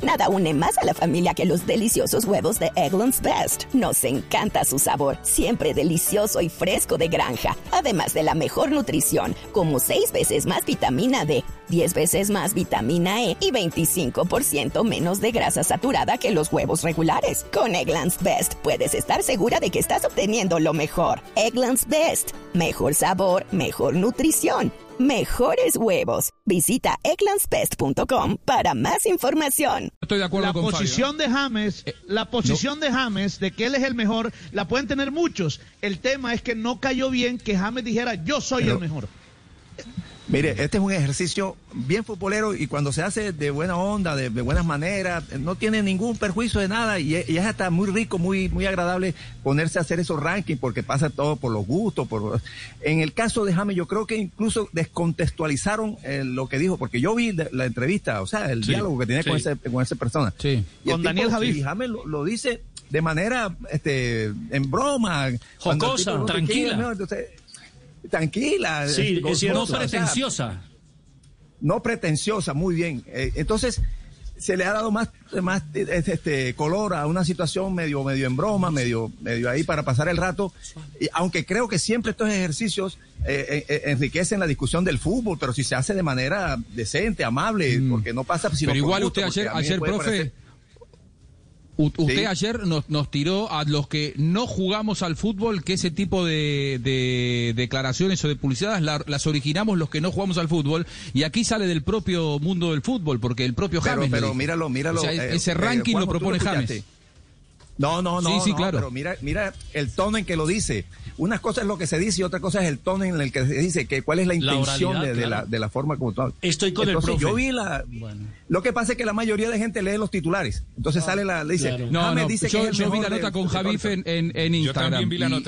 Nada une más a la familia que los deliciosos huevos de Eggland's Best. Nos encanta su sabor, siempre delicioso y fresco de granja. Además de la mejor nutrición, como 6 veces más vitamina D, 10 veces más vitamina E y 25% menos de grasa saturada que los huevos regulares. Con Eggland's Best puedes estar segura de que estás obteniendo lo mejor. Eggland's Best. Mejor sabor, mejor nutrición. Mejores huevos. Visita egglandsbest.com para más información. Estoy de acuerdo con posición Fabio. de James, la posición de James, de que él es el mejor, la pueden tener muchos. El tema es que no cayó bien que James dijera, yo soy el mejor. Mire, este es un ejercicio bien futbolero y cuando se hace de buena onda, de buenas maneras, no tiene ningún perjuicio de nada y es hasta muy rico, muy agradable ponerse a hacer esos rankings porque pasa todo por los gustos. En el caso de James, yo creo que incluso descontextualizaron lo que dijo, porque yo vi la entrevista, o sea, el diálogo que tenía con esa persona. Sí. Y con Daniel Javid. Y James lo dice de manera en broma. Jocosa, tranquila. Tranquila. Sí, es cierto. No pretenciosa. No pretenciosa, muy bien. Entonces, se le ha dado más color a una situación medio en broma, medio ahí para pasar el rato. Y aunque creo que siempre estos ejercicios enriquecen la discusión del fútbol, pero si se hace de manera decente, amable, porque no pasa sino pero igual gusto, usted ayer profe... Usted ayer nos tiró a los que no jugamos al fútbol que ese tipo de declaraciones o de publicidades las originamos los que no jugamos al fútbol, y aquí sale del propio mundo del fútbol, porque el propio James pero míralo. O sea, ese ranking Juanjo, lo propone James. No, sí, claro. Pero mira el tono en que lo dice. Una cosa es lo que se dice y otra cosa es el tono en el que se dice, que cuál es la intención de la forma como tú hablas. Estoy con entonces, el profe. Yo vi Lo que pasa es que la mayoría de gente lee los titulares. Entonces le dice, claro. Dice yo vi la nota con Javif en Instagram. Yo también vi la nota.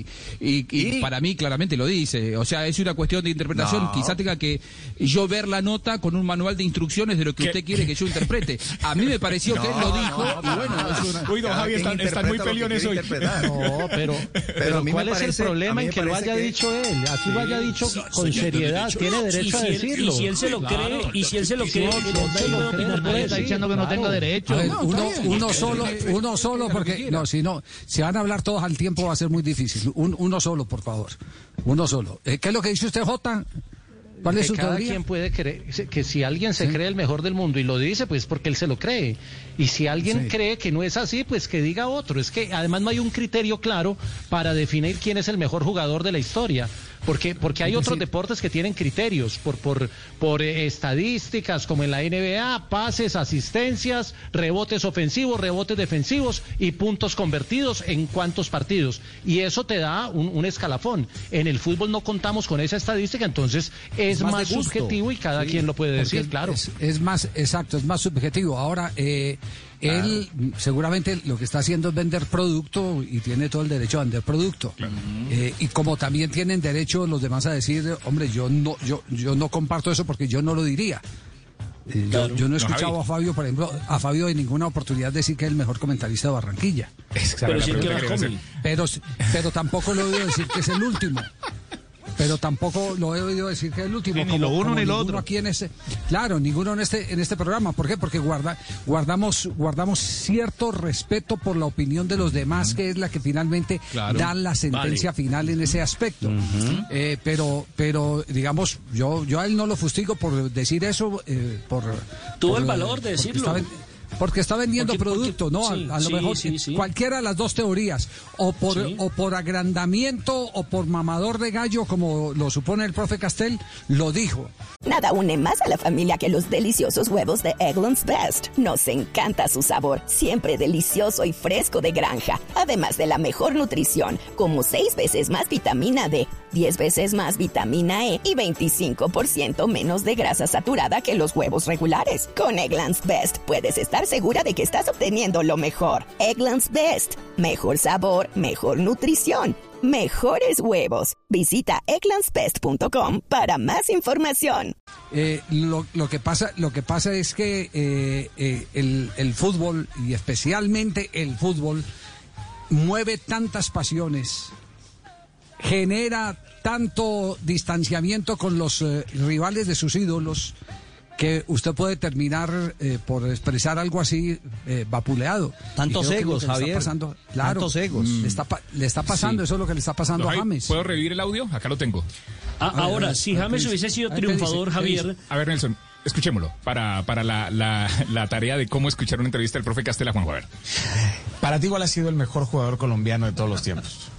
Y para mí claramente lo dice. O sea, es una cuestión de interpretación. Quizá tenga que yo ver la nota con un manual de instrucciones de lo que usted quiere que yo interprete. A mí me pareció que él lo dijo. Y bueno, es una... Uy, don Javi, están muy peleones hoy. No, pero ¿cuál es el problema en que lo haya dicho él? Así lo haya dicho con seriedad, tiene derecho a decirlo. Y si él se lo cree, Está diciendo que no tengo derecho. A ver, uno solo, porque si van a hablar todos al tiempo va a ser muy difícil. Uno solo, por favor. Uno solo. ¿Qué es lo que dice usted, Jota? ¿Cuál es su cada teoría? quien puede creer, que si alguien se cree el mejor del mundo y lo dice, pues porque él se lo cree. Y si alguien cree que no es así, pues que diga otro. Es que además no hay un criterio claro para definir quién es el mejor jugador de la historia. Porque hay otros deportes que tienen criterios por estadísticas, como en la NBA, pases, asistencias, rebotes ofensivos, rebotes defensivos y puntos convertidos en cuántos partidos. Y eso te da un escalafón. En el fútbol no contamos con esa estadística, entonces es más subjetivo y cada quien lo puede decir, claro. Es más, exacto, es más subjetivo. Ahora, él seguramente lo que está haciendo es vender producto y tiene todo el derecho a vender producto. Claro. Y como también tienen derecho los demás a decir, hombre, yo no comparto eso porque yo no lo diría. Yo no he escuchado a Fabio, por ejemplo, en ninguna oportunidad decir que es el mejor comentarista de Barranquilla. Pero tampoco lo he oído decir que es el último. Pero tampoco lo he oído decir que es el último. Ni lo uno ni lo otro. Aquí ninguno en este programa. ¿Por qué? Porque guardamos cierto respeto por la opinión de los demás, que es la que finalmente da la sentencia final en ese aspecto. Pero digamos, yo a él no lo fustigo por decir eso. Tuvo el valor de decirlo. Porque está vendiendo producto, ¿no? A lo mejor cualquiera de las dos teorías, o por agrandamiento o por mamador de gallo, como lo supone el profe Castel, lo dijo. Nada une más a la familia que los deliciosos huevos de Eggland's Best. Nos encanta su sabor, siempre delicioso y fresco de granja. Además de la mejor nutrición, como 6 veces más vitamina D, 10 veces más vitamina E y 25% menos de grasa saturada que los huevos regulares. Con Eggland's Best puedes estar segura de que estás obteniendo lo mejor. Eggland's Best. Mejor sabor, mejor nutrición. Mejores huevos. Visita egglandsbest.com para más información. Lo que pasa es que el fútbol, y especialmente el fútbol, mueve tantas pasiones, genera tanto distanciamiento con los rivales de sus ídolos, que usted puede terminar por expresar algo así vapuleado. Tantos egos, Javier. Pasando, claro, tantos egos. Le está pasando, eso es lo que le está pasando a James. ¿Puedo revivir el audio? Acá lo tengo. Ahora, si James hubiese sido triunfador, Javier... A ver, Nelson, escuchémoslo para la tarea de cómo escuchar una entrevista del profe Castell a Juanjo. A ver. Para ti, ¿cuál ha sido el mejor jugador colombiano de todos los tiempos?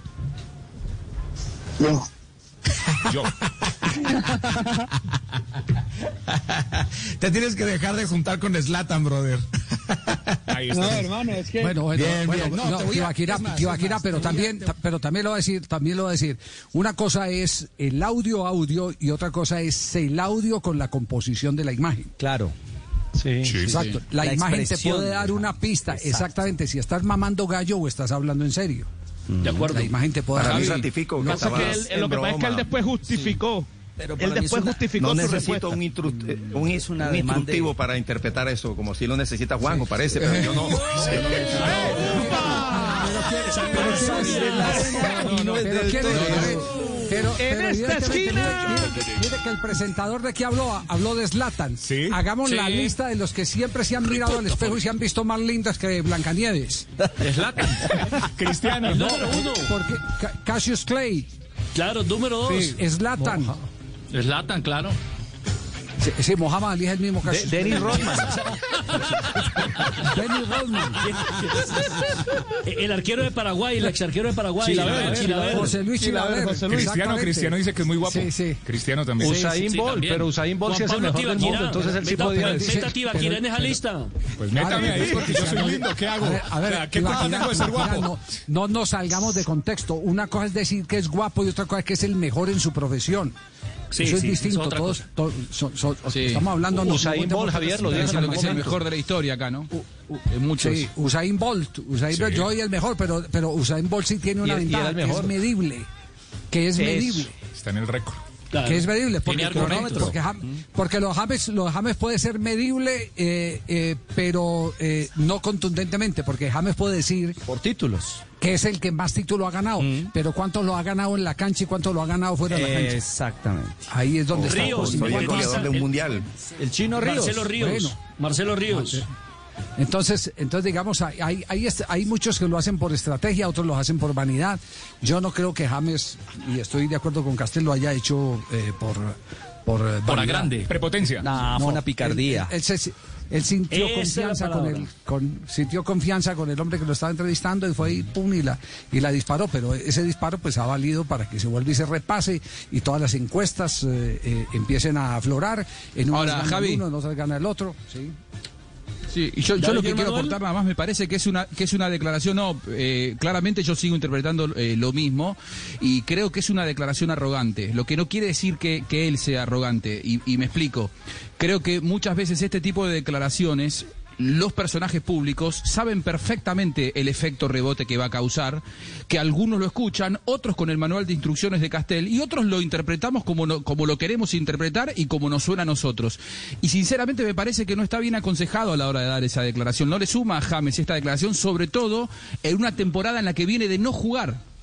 Yo. Te tienes que dejar de juntar con Zlatan, brother. Ahí está. No, hermano, es que... Bueno, Tibaquirá, pero también lo voy a decir. Una cosa es el audio y otra cosa es el audio con la composición de la imagen. Claro. Sí, exacto. Sí. La imagen te expresión, puede dar una pista, exactamente, si estás mamando gallo o estás hablando en serio. De acuerdo. La imagen te puede Para dar. mí ratifico que estaba lo que pasa es que él después justificó. Pero Él después justificó no su necesito respuesta. un demanda instructivo para interpretar eso, como si lo necesita Juanjo, parece, pero yo no. Pero en esta esquina. Mire que el presentador de aquí habló de Zlatan. ¿Sí? Hagamos Sí. la lista de los que siempre se han mirado al espejo y se han visto más lindas que Blancanieves. Zlatan. Cristiano. El número uno. Porque Cassius Clay, Claro, número 2. Zlatan. Zlatan, claro. Sí, Mohamed Ali es el mismo Cassius Dennis Rodman. Dennis Rodman. El arquero de Paraguay, el ex arquero de Paraguay. Chilaver. José Luis Chilaver. Cristiano dice que es muy guapo. Sí. Cristiano también. Usain Bolt, también. pero Usain Bolt sí es el mejor del mundo, entonces él sí podía decir. Meta Tibaquirá en esa lista. Pues métame ahí porque yo soy lindo. ¿Qué hago? A ver, O sea, ¿qué culpa tengo de ser guapo? No nos salgamos de contexto. Una cosa es decir que es guapo y otra cosa es que es el mejor en su profesión. Sí, Eso es sí, distinto. es otra Todos, Sí. estamos hablando. Usain Bolt, Javier, lo dice Dicen en lo que es el mejor de la historia acá, ¿no? En muchos. Sí, Usain Bolt. Yo soy el mejor, pero Usain Bolt sí tiene una Y ventaja el que es mejor. medible. Que es medible. Está en el récord. Claro. Que es medible, porque, Tiene argumentos. porque los James puede ser medible, pero no contundentemente, porque James puede decir Por títulos. que es el que más títulos ha ganado, pero cuánto lo ha ganado en la cancha y cuánto lo ha ganado fuera de la cancha. Exactamente. Ahí es donde Ríos, está. Soy el goleador de un mundial. El Chino Ríos. Marcelo Ríos. Entonces digamos, hay muchos que lo hacen por estrategia, otros lo hacen por vanidad. Yo no creo que James, y estoy de acuerdo con Castel, lo haya hecho por Por la grande. Prepotencia. No, fue una picardía. Él sintió Esa es la confianza palabra. sintió confianza con el hombre que lo estaba entrevistando y fue y pum y la disparó, pero ese disparo pues ha valido para que se vuelva y se repase y todas las encuestas empiecen a aflorar. En unos Ahora, gana Javi. uno, en otras gana el otro. Sí. Sí, y yo lo que quiero Manuel. aportar nada más me parece que es una declaración, claramente yo sigo interpretando lo mismo y creo que es una declaración arrogante, lo que no quiere decir que él sea arrogante, y me explico. Creo que muchas veces este tipo de declaraciones, los personajes públicos saben perfectamente el efecto rebote que va a causar, que algunos lo escuchan, otros con el manual de instrucciones de Castel y otros lo interpretamos como lo queremos interpretar y como nos suena a nosotros. Y sinceramente me parece que no está bien aconsejado a la hora de dar esa declaración. No le suma a James esta declaración, sobre todo en una temporada en la que viene de no jugar.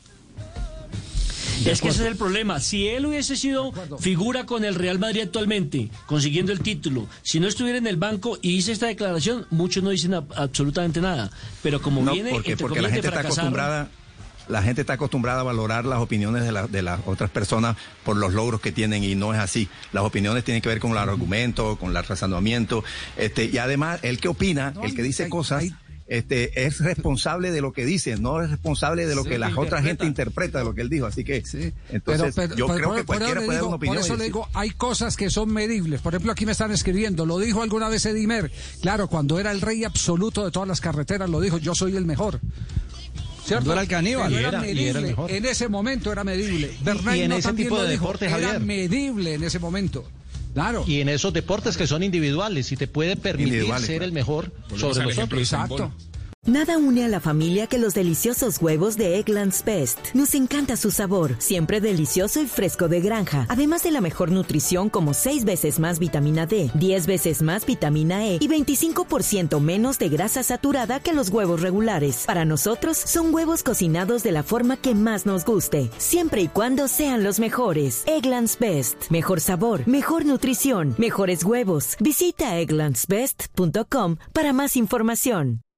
Es que ese es el problema. Si él hubiese sido figura con el Real Madrid actualmente, consiguiendo el título, si no estuviera en el banco y hice esta declaración, muchos no dicen absolutamente nada. Pero como No, viene porque entre la comillas, gente de está fracasar, acostumbrada. La gente está acostumbrada a valorar las opiniones de las otras personas por los logros que tienen y no es así. Las opiniones tienen que ver con los argumentos, con el razonamiento. Y además, el que opina, el que dice cosas, es responsable de lo que dice, no es responsable de lo que la otra gente interpreta de lo que él dijo. Así que, entonces, yo creo que cualquiera puede dar una opinión. Por eso le digo, hay cosas que son medibles. Por ejemplo, aquí me están escribiendo, lo dijo alguna vez Edimer. Claro, cuando era el rey absoluto de todas las carreteras, lo dijo, yo soy el mejor. ¿Cierto? Cuando era el caníbal. Pero Y era el mejor. En ese momento era medible. Y Bernay en no ese también tipo lo de dijo, deporte, era Javier. medible en ese momento. Claro. Y en esos deportes que son individuales y te puede permitir Individuales, ser claro. el mejor Volvemos sobre al los ejemplo de otros. Usain Exacto. Bolt. Nada une a la familia que los deliciosos huevos de Eggland's Best. Nos encanta su sabor, siempre delicioso y fresco de granja. Además de la mejor nutrición como 6 veces más vitamina D, 10 veces más vitamina E y 25% menos de grasa saturada que los huevos regulares. Para nosotros son huevos cocinados de la forma que más nos guste, siempre y cuando sean los mejores. Eggland's Best. Mejor sabor, mejor nutrición, mejores huevos. Visita egglandsbest.com para más información.